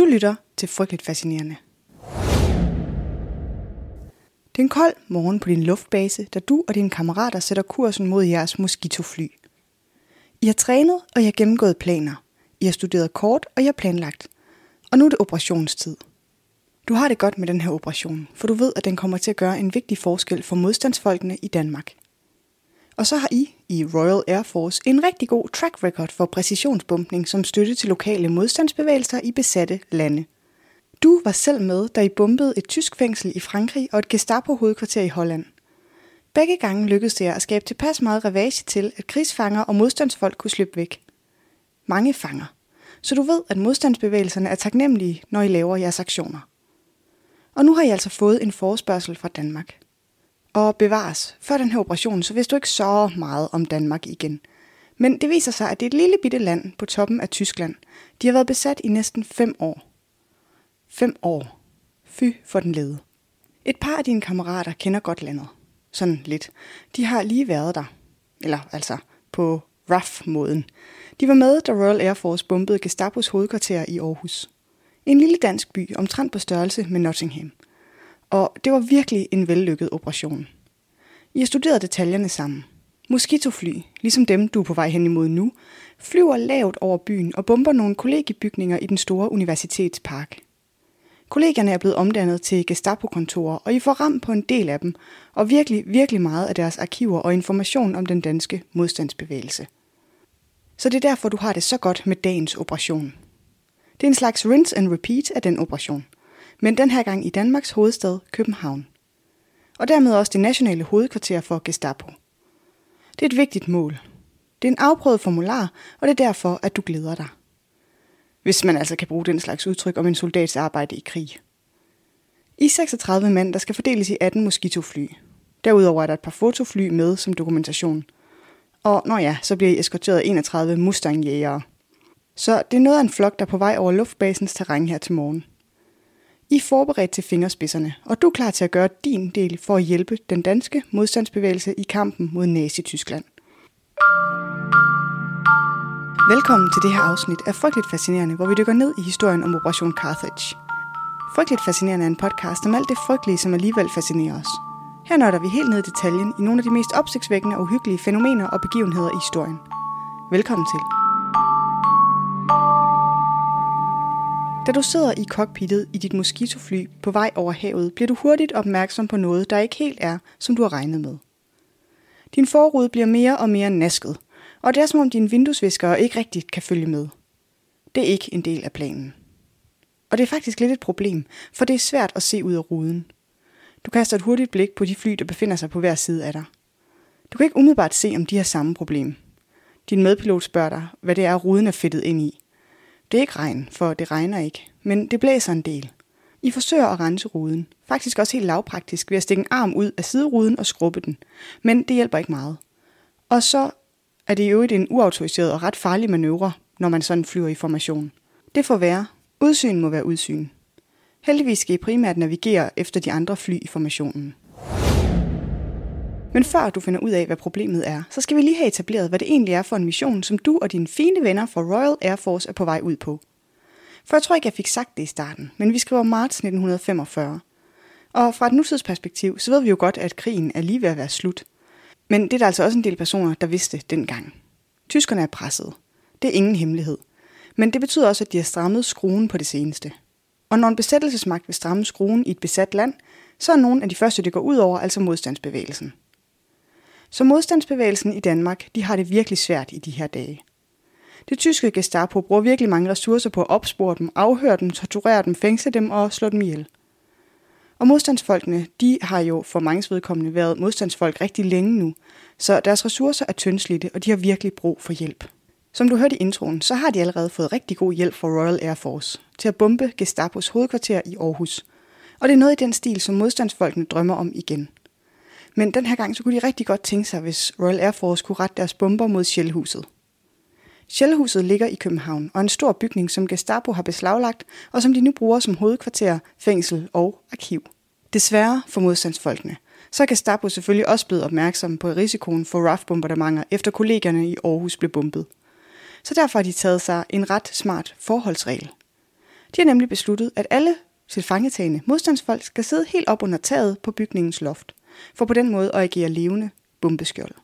Du lytter til Frygteligt Fascinerende. Det er en kold morgen på din luftbase, da du og dine kammerater sætter kursen mod jeres Mosquito-fly. I har trænet, og I har gennemgået planer. I har studeret kort, og I har planlagt. Og nu er det operationstid. Du har det godt med den her operation, for du ved, at den kommer til at gøre en vigtig forskel for modstandsfolkene i Danmark. Og så har I Royal Air Force en rigtig god track record for præcisionsbombning som støtte til lokale modstandsbevægelser i besatte lande. Du var selv med, da I bombede et tysk fængsel i Frankrig og et Gestapo-hovedkvarter i Holland. Begge gange lykkedes det jer at skabe tilpas meget ravage til, at krigsfanger og modstandsfolk kunne slippe væk. Mange fanger. Så du ved, at modstandsbevægelserne er taknemmelige, når I laver jeres aktioner. Og nu har I altså fået en forespørgsel fra Danmark. Og bevares, før den her operation, så vidste du ikke så meget om Danmark igen. Men det viser sig, at det er et lille bitte land på toppen af Tyskland. De har været besat i næsten 5 år. 5 år. Fy for den lede. Et par af dine kammerater kender godt landet. Sådan lidt. De har lige været der. Eller altså på RAF-måden. De var med, da Royal Air Force bombede Gestapos hovedkvarter i Aarhus. En lille dansk by, omtrent på størrelse med Nottingham. Og det var virkelig en vellykket operation. I har studeret detaljerne sammen. Mosquito-fly, ligesom dem du er på vej hen imod nu, flyver lavt over byen og bomber nogle kollegiebygninger i den store universitetspark. Kollegierne er blevet omdannet til Gestapo-kontorer, og I får ramt på en del af dem, og virkelig meget af deres arkiver og information om den danske modstandsbevægelse. Så det er derfor, du har det så godt med dagens operation. Det er en slags rinse and repeat af den operation, men den her gang i Danmarks hovedstad København. Og dermed også det nationale hovedkvarter for Gestapo. Det er et vigtigt mål. Det er en afprøvet formular, og det er derfor, at du glæder dig. Hvis man altså kan bruge den slags udtryk om en soldats arbejde i krig. I 36 mand, der skal fordeles i 18 Mosquito-fly. Derudover er der et par fotofly med som dokumentation. Og så bliver I eskorteret af 31 Mustang-jægere. Så det er noget af en flok, der er på vej over luftbasens terræn her til morgen. I er forberedt til fingerspidserne, og du er klar til at gøre din del for at hjælpe den danske modstandsbevægelse i kampen mod Nazi-Tyskland. Velkommen til det her afsnit af Frygteligt Fascinerende, hvor vi dykker ned i historien om Operation Carthage. Frygteligt Fascinerende er en podcast om alt det frygtelige, som alligevel fascinerer os. Her nørder vi helt ned i detaljen i nogle af de mest opsigtsvækkende og uhyggelige fænomener og begivenheder i historien. Velkommen til. Da du sidder i cockpittet i dit Mosquito-fly på vej over havet, bliver du hurtigt opmærksom på noget, der ikke helt er, som du har regnet med. Din forrude bliver mere og mere nasket, og det er som om dine vinduesviskere ikke rigtigt kan følge med. Det er ikke en del af planen. Og det er faktisk lidt et problem, for det er svært at se ud af ruden. Du kaster et hurtigt blik på de fly, der befinder sig på hver side af dig. Du kan ikke umiddelbart se, om de har samme problem. Din medpilot spørger dig, hvad det er, ruden er fedtet ind i. Det er ikke regn, for det regner ikke, men det blæser en del. I forsøger at rense ruden, faktisk også helt lavpraktisk ved at stikke en arm ud af sideruden og skrubbe den, men det hjælper ikke meget. Og så er det i øvrigt en uautoriseret og ret farlig manøvre, når man sådan flyver i formation. Det får være. Udsyn må være udsyn. Heldigvis skal I primært navigere efter de andre fly i formationen. Men før du finder ud af, hvad problemet er, så skal vi lige have etableret, hvad det egentlig er for en mission, som du og dine fine venner fra Royal Air Force er på vej ud på. For jeg tror ikke, jeg fik sagt det i starten, men vi skriver marts 1945. Og fra et nutidsperspektiv, så ved vi jo godt, at krigen er lige ved at være slut. Men det er der altså også en del personer, der vidste dengang. Tyskerne er presset. Det er ingen hemmelighed. Men det betyder også, at de har strammet skruen på det seneste. Og når en besættelsesmagt vil stramme skruen i et besat land, så er nogle af de første, det går ud over, altså modstandsbevægelsen. Så modstandsbevægelsen i Danmark, de har det virkelig svært i de her dage. Det tyske Gestapo bruger virkelig mange ressourcer på at opspore dem, afhøre dem, torturere dem, fængsle dem og slå dem ihjel. Og modstandsfolkene, de har jo for manges vedkommende været modstandsfolk rigtig længe nu, så deres ressourcer er tyndslidte, og de har virkelig brug for hjælp. Som du hørte i introen, så har de allerede fået rigtig god hjælp fra Royal Air Force til at bombe Gestapos hovedkvarter i Aarhus. Og det er noget i den stil, som modstandsfolkene drømmer om igen. Men den her gang så kunne de rigtig godt tænke sig, hvis Royal Air Force kunne rette deres bomber mod Shellhuset. Shellhuset ligger i København og er en stor bygning, som Gestapo har beslaglagt, og som de nu bruger som hovedkvarter, fængsel og arkiv. Desværre for modstandsfolkene, så er Gestapo selvfølgelig også blevet opmærksom på risikoen for RAF-bombardementer, efter kollegerne i Aarhus blev bombet. Så derfor har de taget sig en ret smart forholdsregel. De har nemlig besluttet, at alle tilfangetagende modstandsfolk skal sidde helt op under taget på bygningens loft, for på den måde at agere levende bombeskjold.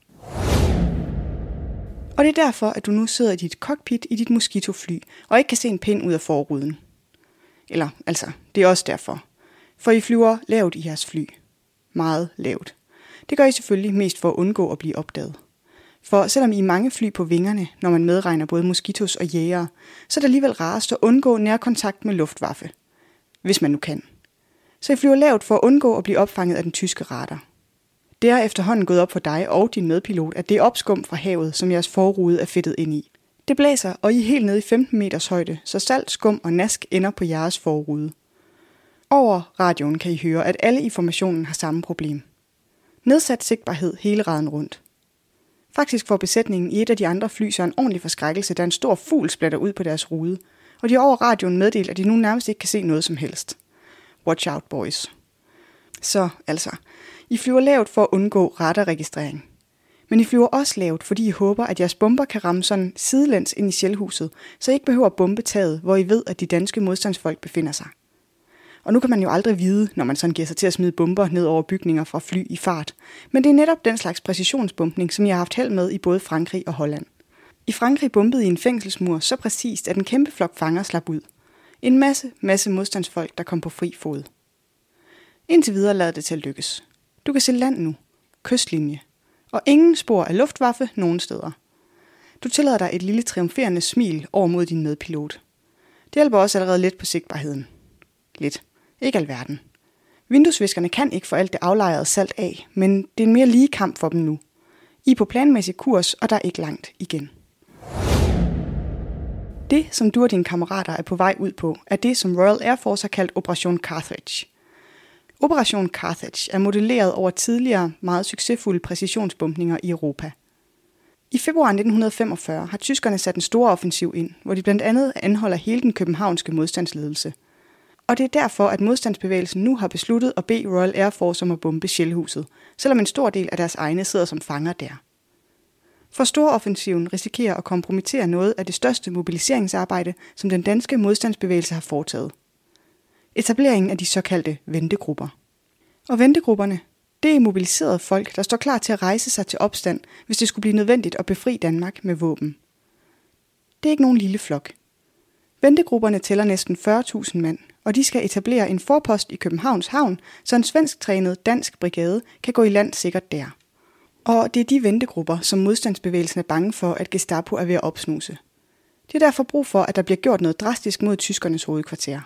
Og det er derfor, at du nu sidder i dit cockpit i dit Mosquito-fly, og ikke kan se en pind ud af forruden. Eller det er også derfor. For I flyver lavt i jeres fly. Meget lavt. Det gør I selvfølgelig mest for at undgå at blive opdaget. For selvom I er mange fly på vingerne, når man medregner både moskitos og jægere, så er det alligevel rarest at undgå nærkontakt med Luftwaffe. Hvis man nu kan. Så I flyver lavt for at undgå at blive opfanget af den tyske radar. Det er efterhånden gået op for dig og din medpilot, at det er opskum fra havet, som jeres forrude er fedtet ind i. Det blæser, og I er helt nede i 15 meters højde, så salt, skum og nask ender på jeres forrude. Over radioen kan I høre, at alle i formationen har samme problem. Nedsat sigtbarhed hele raden rundt. Faktisk får besætningen i et af de andre fly så en ordentlig forskrækkelse, da en stor fugl splatter ud på deres rude, og de har over radioen meddelt, at de nu nærmest ikke kan se noget som helst. Watch out, boys. Så I flyver lavt for at undgå radarregistrering. Men I flyver også lavt, fordi I håber, at jeres bomber kan ramme sådan sidelæns ind i Shellhuset, så I ikke behøver at bombe taget, hvor I ved, at de danske modstandsfolk befinder sig. Og nu kan man jo aldrig vide, når man sådan giver sig til at smide bomber ned over bygninger fra fly i fart. Men det er netop den slags præcisionsbombning, som jeg har haft held med i både Frankrig og Holland. I Frankrig bombede I en fængselsmur så præcist, at en kæmpe flok fanger slap ud. En masse modstandsfolk, der kom på fri fod. Indtil videre lader det til at lykkes. Du kan se land nu. Kystlinje. Og ingen spor af Luftwaffe nogen steder. Du tillader dig et lille triumferende smil over mod din medpilot. Det hjælper også allerede lidt på sigtbarheden. Lidt. Ikke alverden. Vinduesviskerne kan ikke få alt det aflejrede salt af, men det er en mere lige kamp for dem nu. I er på planmæssig kurs, og der er ikke langt igen. Det, som du og dine kammerater er på vej ud på, er det, som Royal Air Force har kaldt Operation Carthage. Operation Carthage er modelleret over tidligere meget succesfulde præcisionsbombninger i Europa. I februar 1945 har tyskerne sat en stor offensiv ind, hvor de blandt andet anholder hele den københavnske modstandsledelse. Og det er derfor, at modstandsbevægelsen nu har besluttet at bede Royal Air Force om at bombe Shellhuset, selvom en stor del af deres egne sidder som fanger der. For storoffensiven risikerer at kompromittere noget af det største mobiliseringsarbejde, som den danske modstandsbevægelse har foretaget. Etableringen af de såkaldte ventegrupper. Og ventegrupperne, det er mobiliserede folk, der står klar til at rejse sig til opstand, hvis det skulle blive nødvendigt at befri Danmark med våben. Det er ikke nogen lille flok. Ventegrupperne tæller næsten 40.000 mand, og de skal etablere en forpost i Københavns Havn, så en svensk trænet dansk brigade kan gå i land sikkert der. Og det er de ventegrupper, som modstandsbevægelsen er bange for, at Gestapo er ved at opsnuse. Det er derfor brug for, at der bliver gjort noget drastisk mod tyskernes hovedkvarter.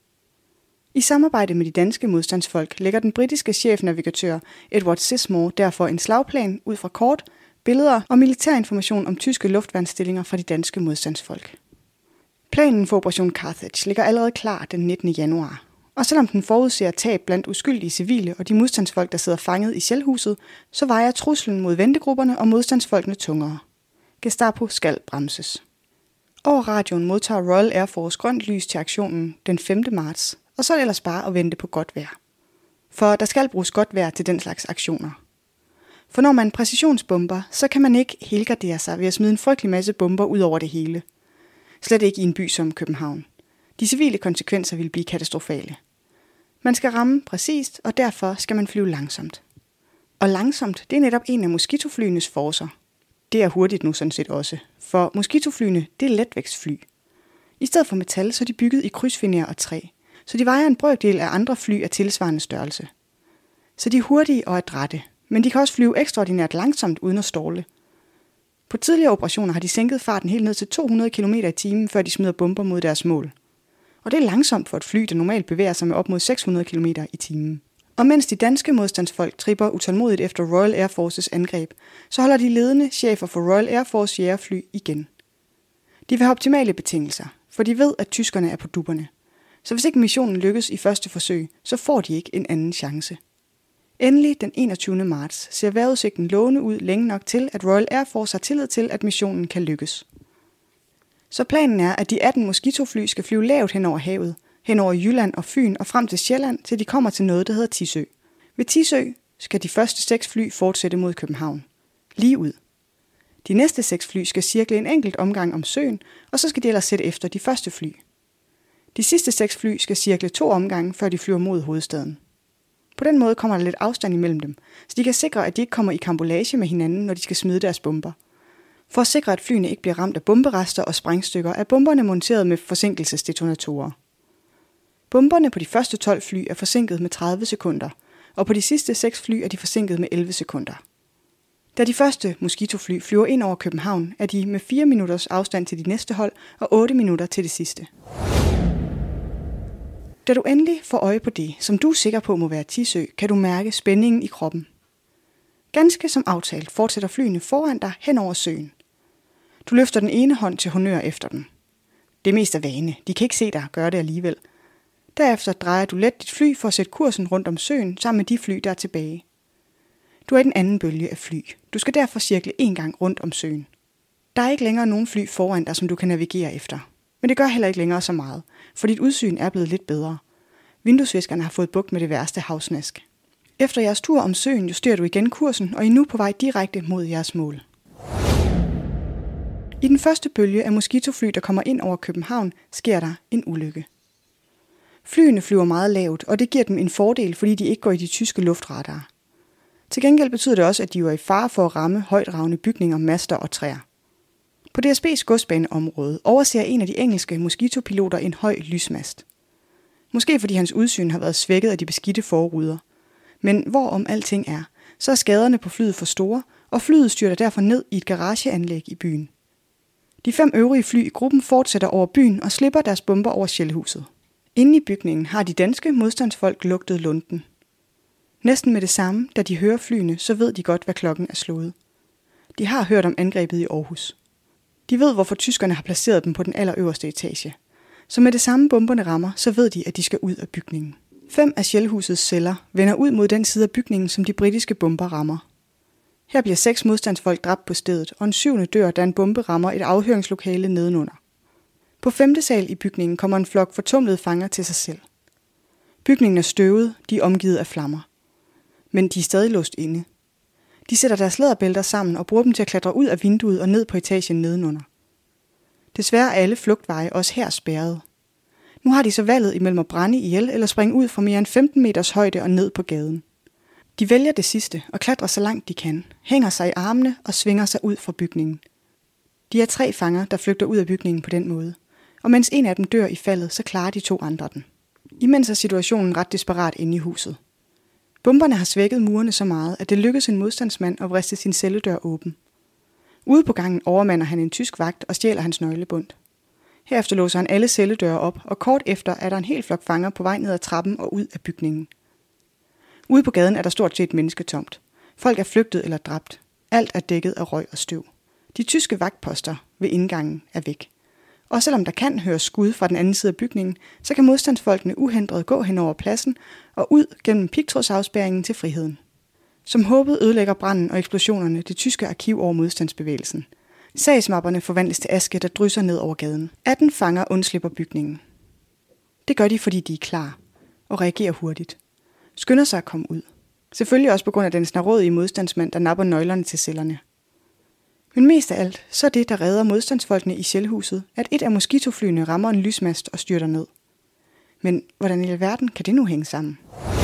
I samarbejde med de danske modstandsfolk lægger den britiske chefnavigatør Edward Sismore derfor en slagplan ud fra kort, billeder og militærinformation om tyske luftværnsstillinger fra de danske modstandsfolk. Planen for Operation Carthage ligger allerede klar den 19. januar. Og selvom den forudser tab blandt uskyldige civile og de modstandsfolk, der sidder fanget i Shellhuset, så vejer truslen mod ventegrupperne og modstandsfolkene tungere. Gestapo skal bremses. Over radioen modtager Royal Air Force grønt lys til aktionen den 5. marts, og så er det ellers bare at vente på godt vejr. For der skal bruges godt vejr til den slags aktioner. For når man præcisionsbomber, så kan man ikke helgardere sig ved at smide en frygtelig masse bomber ud over det hele. Slet ikke i en by som København. De civile konsekvenser vil blive katastrofale. Man skal ramme præcist, og derfor skal man flyve langsomt. Og langsomt, det er netop en af Mosquito-flyenes forcer. Det er hurtigt nu sådan set også, for Mosquito-flyene, det er letvægtsfly. I stedet for metal, så er de bygget i krydsfiner og træ, så de vejer en brøkdel af andre fly af tilsvarende størrelse. Så de er hurtige og adrætte, men de kan også flyve ekstraordinært langsomt uden at ståle. På tidligere operationer har de sænket farten helt ned til 200 km i timen, før de smider bomber mod deres mål. Og det er langsomt for et fly, der normalt bevæger sig med op mod 600 km i timen. Og mens de danske modstandsfolk tripper utålmodigt efter Royal Air Forces angreb, så holder de ledende chefer for Royal Air Force jægerfly igen. De vil have optimale betingelser, for de ved, at tyskerne er på dupperne. Så hvis ikke missionen lykkes i første forsøg, så får de ikke en anden chance. Endelig den 21. marts ser vejrudsigten lovende ud længe nok til, at Royal Air Force har tillid til, at missionen kan lykkes. Så planen er, at de 18 Mosquito-fly skal flyve lavt hen over havet, hen over Jylland og Fyn og frem til Sjælland, til de kommer til noget, der hedder Tissø. Ved Tissø skal de første 6 fly fortsætte mod København. Lige ud. De næste 6 fly skal cirkle en enkelt omgang om søen, og så skal de ellers sætte efter de første fly. De sidste 6 fly skal cirkle 2 omgange, før de flyver mod hovedstaden. På den måde kommer der lidt afstand imellem dem, så de kan sikre, at de ikke kommer i karambolage med hinanden, når de skal smide deres bomber. For at sikre, at flyene ikke bliver ramt af bomberester og sprængstykker, er bomberne monteret med forsinkelsesdetonatorer. Bomberne på de første 12 fly er forsinket med 30 sekunder, og på de sidste 6 fly er de forsinket med 11 sekunder. Da de første Mosquito-fly flyver ind over København, er de med 4 minutters afstand til de næste hold og 8 minutter til det sidste. Da du endelig får øje på det, som du er sikker på må være Tisø, kan du mærke spændingen i kroppen. Ganske som aftalt fortsætter flyene foran dig hen over søen. Du løfter den ene hånd til honør efter dem. Det er mest af vane. De kan ikke se dig gøre det alligevel. Derefter drejer du let dit fly for at sætte kursen rundt om søen sammen med de fly, der er tilbage. Du er i den anden bølge af fly. Du skal derfor cirkle 1 gang rundt om søen. Der er ikke længere nogen fly foran dig, som du kan navigere efter. Men det gør heller ikke længere så meget, for dit udsyn er blevet lidt bedre. Vinduesviskerne har fået bugt med det værste havsnask. Efter jeres tur om søen justerer du igen kursen, og I er nu på vej direkte mod jeres mål. I den første bølge af Mosquito-fly, der kommer ind over København, sker der en ulykke. Flyene flyver meget lavt, og det giver dem en fordel, fordi de ikke går i de tyske luftradarer. Til gengæld betyder det også, at de er i fare for at ramme højtravende bygninger, master og træer. På DSB's godsbaneområde overser en af de engelske Mosquito-piloter en høj lysmast. Måske fordi hans udsyn har været svækket af de beskidte forruder. Men hvorom alting er, så er skaderne på flyet for store, og flyet styrter derfor ned i et garageanlæg i byen. De 5 øvrige fly i gruppen fortsætter over byen og slipper deres bomber over Shellhuset. Inde i bygningen har de danske modstandsfolk lugtet lunden. Næsten med det samme, da de hører flyene, så ved de godt, hvad klokken er slået. De har hørt om angrebet i Aarhus. De ved, hvorfor tyskerne har placeret dem på den allerøverste etage. Så med det samme bomberne rammer, så ved de, at de skal ud af bygningen. 5 af Shellhusets celler vender ud mod den side af bygningen, som de britiske bomber rammer. Her bliver 6 modstandsfolk dræbt på stedet, og en 7. dør, da en bombe rammer et afhøringslokale nedenunder. På 5. sal i bygningen kommer en flok fortumlede fanger til sig selv. Bygningen er støvet, de er omgivet af flammer. Men de er stadig låst inde. De sætter deres læderbælter sammen og bruger dem til at klatre ud af vinduet og ned på etagen nedenunder. Desværre er alle flugtveje også her spærrede. Nu har de så valget imellem at brænde ihjel eller springe ud fra mere end 15 meters højde og ned på gaden. De vælger det sidste og klatrer så langt de kan, hænger sig i armene og svinger sig ud fra bygningen. De er 3 fanger, der flygter ud af bygningen på den måde. Og mens en af dem dør i faldet, så klarer de 2 andre den. Imens er situationen ret desperat inde i huset. Bomberne har svækket murene så meget, at det lykkedes en modstandsmand at vriste sin celledør åben. Ude på gangen overmander han en tysk vagt og stjæler hans nøglebund. Herefter låser han alle celledøre op, og kort efter er der en hel flok fanger på vej ned ad trappen og ud af bygningen. Ude på gaden er der stort set mennesketomt. Folk er flygtet eller dræbt. Alt er dækket af røg og støv. De tyske vagtposter ved indgangen er væk. Og selvom der kan høres skud fra den anden side af bygningen, så kan modstandsfolkene uhindret gå hen over pladsen og ud gennem pigtrådsafspærringen til friheden. Som håbet ødelægger branden og eksplosionerne det tyske arkiv over modstandsbevægelsen. Sagsmapperne forvandles til aske, der drysser ned over gaden. 18 fanger undslipper bygningen. Det gør de, fordi de er klar og reagerer hurtigt. Skynder sig at komme ud. Selvfølgelig også på grund af den snarrådige modstandsmand, der napper nøglerne til cellerne. Men mest af alt, så er det, der redder modstandsfolkene i Shellhuset, at et af Mosquito-flyene rammer en lysmast og styrter ned. Men hvordan i alverden kan det nu hænge sammen?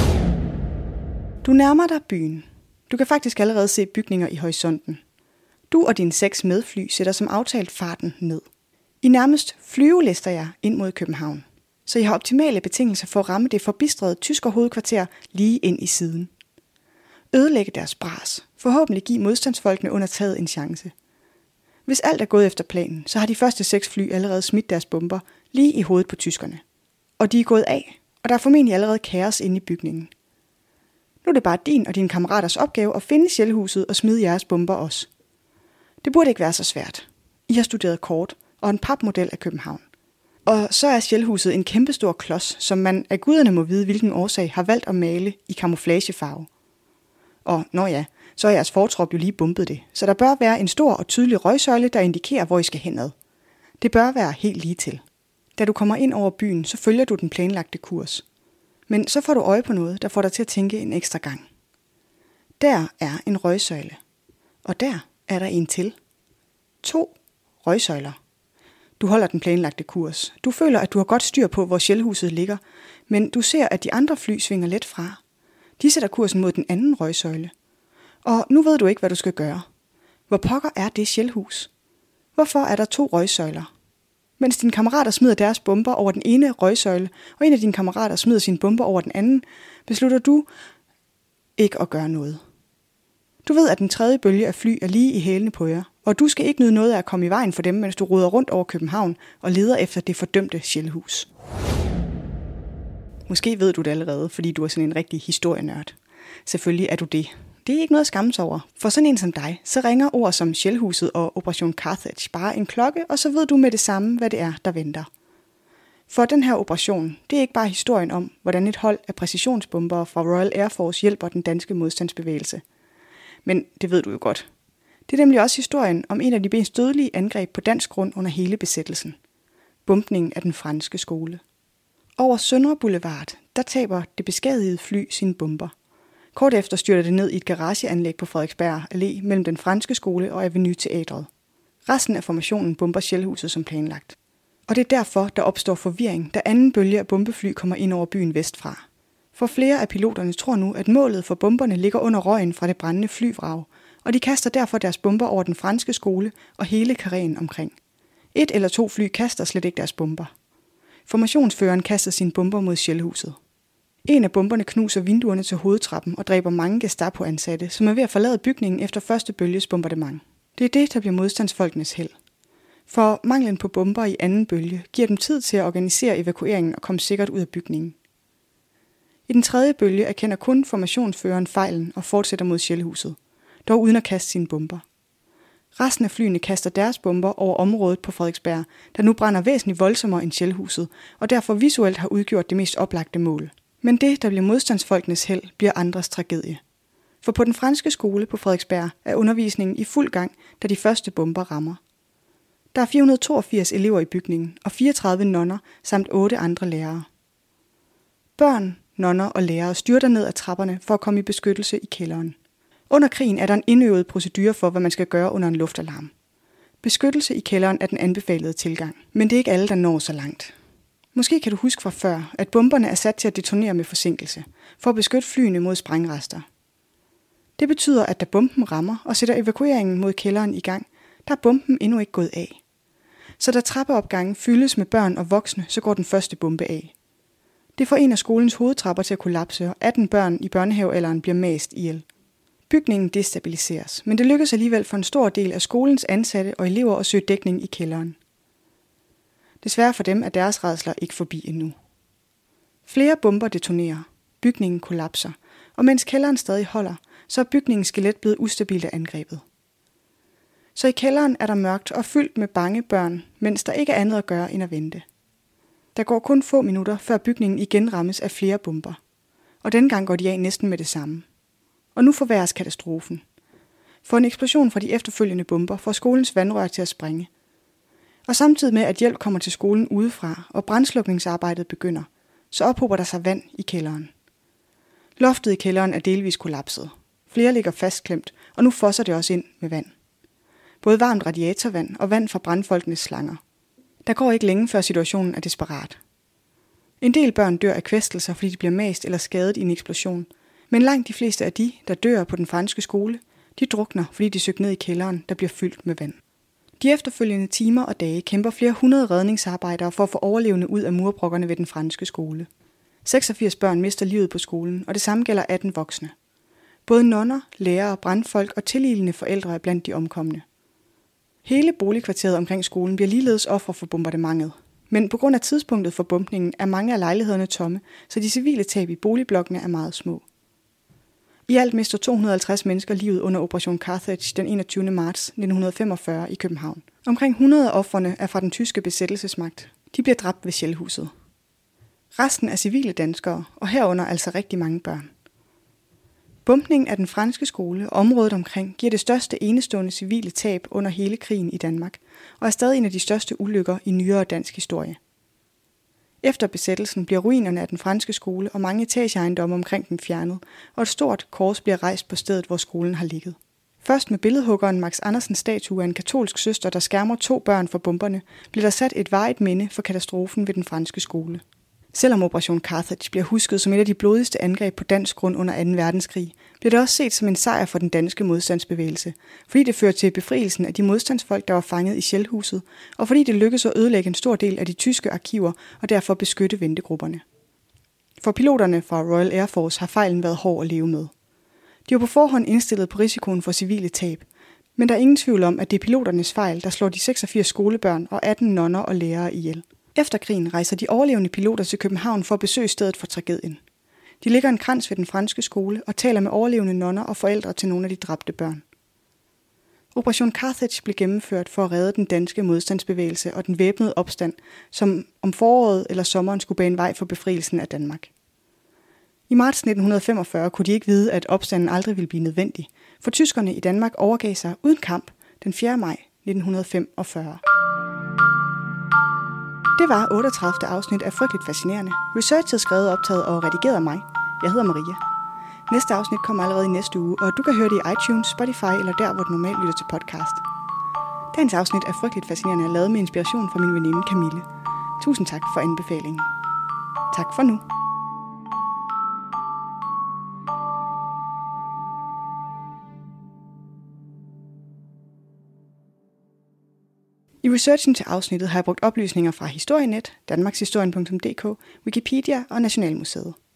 Du nærmer dig byen. Du kan faktisk allerede se bygninger i horisonten. Du og dine 6 medfly sætter som aftalt farten ned. I nærmest flyvelister jer ind mod København, så I har optimale betingelser for at ramme det forbistrede tysker hovedkvarter lige ind i siden. Ødelægge deres bras, forhåbentlig give modstandsfolkene under taget en chance. Hvis alt er gået efter planen, så har de første 6 fly allerede smidt deres bomber lige i hovedet på tyskerne. Og de er gået af, og der er formentlig allerede kaos inde i bygningen. Nu er det bare din og dine kammeraters opgave at finde Shellhuset og smide jeres bomber også. Det burde ikke være så svært. I har studeret kort og en papmodel af København. Og så er Shellhuset en kæmpestor klods, som man af guderne må vide, hvilken årsag har valgt at male i camouflagefarve. Og så er jeres fortrop jo lige bumpet det, så der bør være en stor og tydelig røgsøjle, der indikerer, hvor I skal henad. Det bør være helt lige til. Da du kommer ind over byen, så følger du den planlagte kurs. Men så får du øje på noget, der får dig til at tænke en ekstra gang. Der er en røgsøjle. Og der er der en til. 2 røgsøjler. Du holder den planlagte kurs. Du føler, at du har godt styr på, hvor Shellhuset ligger, men du ser, at de andre fly svinger let fra. De sætter kursen mod den anden røgsøjle. Og nu ved du ikke, hvad du skal gøre. Hvor pokker er det Shellhus? Hvorfor er der 2 røgsøjler? Mens dine kammerater smider deres bomber over den ene røgsøjle, og en af dine kammerater smider sine bomber over den anden, beslutter du ikke at gøre noget. Du ved, at den tredje bølge af fly er lige i hælene på jer, og du skal ikke nyde noget af at komme i vejen for dem, mens du roder rundt over København og leder efter det fordømte Shellhus. Måske ved du det allerede, fordi du er sådan en rigtig historienørd. Selvfølgelig er du det. Det er ikke noget at skamme sig over. For sådan en som dig, så ringer ord som Shellhuset og Operation Carthage bare en klokke, og så ved du med det samme, hvad det er, der venter. For den her operation, det er ikke bare historien om, hvordan et hold af præcisionsbombere fra Royal Air Force hjælper den danske modstandsbevægelse. Men det ved du jo godt. Det er nemlig også historien om en af de mest dødelige angreb på dansk grund under hele besættelsen. Bombningen af den franske skole. Over Søndre Boulevard, der taber det beskadigede fly sine bomber. Kort efter styrter det ned i et garageanlæg på Frederiksberg Allé mellem den franske skole og Avenue Teatret. Resten af formationen bomber Shellhuset som planlagt. Og det er derfor, der opstår forvirring, da anden bølge af bombefly kommer ind over byen vestfra. For flere af piloterne tror nu, at målet for bomberne ligger under røgen fra det brændende flyvrag, og de kaster derfor deres bomber over den franske skole og hele karréen omkring. 1 eller 2 fly kaster slet ikke deres bomber. Formationsføreren kaster sine bomber mod Shellhuset. En af bomberne knuser vinduerne til hovedtrappen og dræber mange Gestapo-ansatte, som er ved at forlade bygningen efter første bølges bombardement. Det er det, der bliver modstandsfolkenes held. For manglen på bomber i anden bølge giver dem tid til at organisere evakueringen og komme sikkert ud af bygningen. I den tredje bølge erkender kun formationsføreren fejlen og fortsætter mod Shellhuset, dog uden at kaste sine bomber. Resten af flyene kaster deres bomber over området på Frederiksberg, der nu brænder væsentligt voldsommere end Shellhuset, og derfor visuelt har udgjort det mest oplagte mål. Men det, der bliver modstandsfolkenes held, bliver andres tragedie. For på den franske skole på Frederiksberg er undervisningen i fuld gang, da de første bomber rammer. Der er 482 elever i bygningen og 34 nonner samt 8 andre lærere. Børn, nonner og lærere styrter ned ad trapperne for at komme i beskyttelse i kælderen. Under krigen er der en indøvet procedure for, hvad man skal gøre under en luftalarm. Beskyttelse i kælderen er den anbefalede tilgang, men det er ikke alle, der når så langt. Måske kan du huske fra før, at bomberne er sat til at detonere med forsinkelse, for at beskytte flyene mod sprængrester. Det betyder, at da bomben rammer og sætter evakueringen mod kælderen i gang, der er bomben endnu ikke gået af. Så da trappeopgangen fyldes med børn og voksne, så går den første bombe af. Det får en af skolens hovedtrapper til at kollapse, og 18 børn i børnehavealderen bliver mast ihjel. Bygningen destabiliseres, men det lykkes alligevel for en stor del af skolens ansatte og elever at søge dækning i kælderen. Desværre for dem er deres rædsler ikke forbi endnu. Flere bomber detonerer, bygningen kollapser, og mens kælderen stadig holder, så er bygningens skelet blevet ustabilt af angrebet. Så i kælderen er der mørkt og fyldt med bange børn, mens der ikke er andet at gøre end at vente. Der går kun få minutter, før bygningen igen rammes af flere bomber. Og denne gang går de af næsten med det samme. Og nu forværres katastrofen. For en eksplosion fra de efterfølgende bomber får skolens vandrør til at sprænge. Og samtidig med, at hjælp kommer til skolen udefra, og brandslukningsarbejdet begynder, så ophober der sig vand i kælderen. Loftet i kælderen er delvis kollapset. Flere ligger fastklemt, og nu fosser det også ind med vand. Både varmt radiatorvand og vand fra brandfolkenes slanger. Der går ikke længe, før situationen er desperat. En del børn dør af kvæstelser, fordi de bliver mast eller skadet i en eksplosion, men langt de fleste af de, der dør på den franske skole, de drukner, fordi de søger ned i kælderen, der bliver fyldt med vand. De efterfølgende timer og dage kæmper flere 100 redningsarbejdere for at få overlevende ud af murbrokkerne ved den franske skole. 86 børn mister livet på skolen, og det samme gælder 18 voksne. Både nonner, lærere, brandfolk og tililende forældre er blandt de omkomne. Hele boligkvarteret omkring skolen bliver ligeledes ofre for bombardementet. Men på grund af tidspunktet for bombningen er mange af lejlighederne tomme, så de civile tab i boligblokkene er meget små. I alt mister 250 mennesker livet under Operation Carthage den 21. marts 1945 i København. Omkring 100 af ofrene er fra den tyske besættelsesmagt. De bliver dræbt ved Shellhuset. Resten er civile danskere, og herunder altså rigtig mange børn. Bombningen af den franske skole og området omkring giver det største enestående civile tab under hele krigen i Danmark, og er stadig en af de største ulykker i nyere dansk historie. Efter besættelsen bliver ruinerne af den franske skole og mange etageejendomme omkring den fjernet, og et stort kors bliver rejst på stedet, hvor skolen har ligget. Først med billedhuggeren Max Andersens statue af en katolsk søster, der skærmer 2 børn for bomberne, blev der sat et varigt minde for katastrofen ved den franske skole. Selvom Operation Carthage bliver husket som et af de blodigste angreb på dansk grund under 2. verdenskrig, bliver det også set som en sejr for den danske modstandsbevægelse, fordi det førte til befrielsen af de modstandsfolk, der var fanget i Shellhuset, og fordi det lykkedes at ødelægge en stor del af de tyske arkiver og derfor beskytte ventegrupperne. For piloterne fra Royal Air Force har fejlen været hård at leve med. De var på forhånd indstillet på risikoen for civile tab, men der er ingen tvivl om, at det er piloternes fejl, der slår de 86 skolebørn og 18 nonner og lærere ihjel. Efter krigen rejser de overlevende piloter til København for at besøge stedet for tragedien. De lægger en krans ved den franske skole og taler med overlevende nonner og forældre til nogle af de dræbte børn. Operation Carthage blev gennemført for at redde den danske modstandsbevægelse og den væbnede opstand, som om foråret eller sommeren skulle bane vej for befrielsen af Danmark. I marts 1945 kunne de ikke vide, at opstanden aldrig ville blive nødvendig, for tyskerne i Danmark overgav sig uden kamp den 4. maj 1945. Det var 38. afsnit af Frygteligt Fascinerende. Researchet, skrevet, optaget og redigeret af mig. Jeg hedder Maria. Næste afsnit kommer allerede i næste uge, og du kan høre det i iTunes, Spotify eller der, hvor du normalt lytter til podcast. Dagens afsnit af Frygteligt Fascinerende er lavet med inspiration fra min veninde Camille. Tusind tak for anbefalingen. Tak for nu. I researchen til afsnittet har jeg brugt oplysninger fra Historienet, danmarkshistorien.dk, Wikipedia og Nationalmuseet.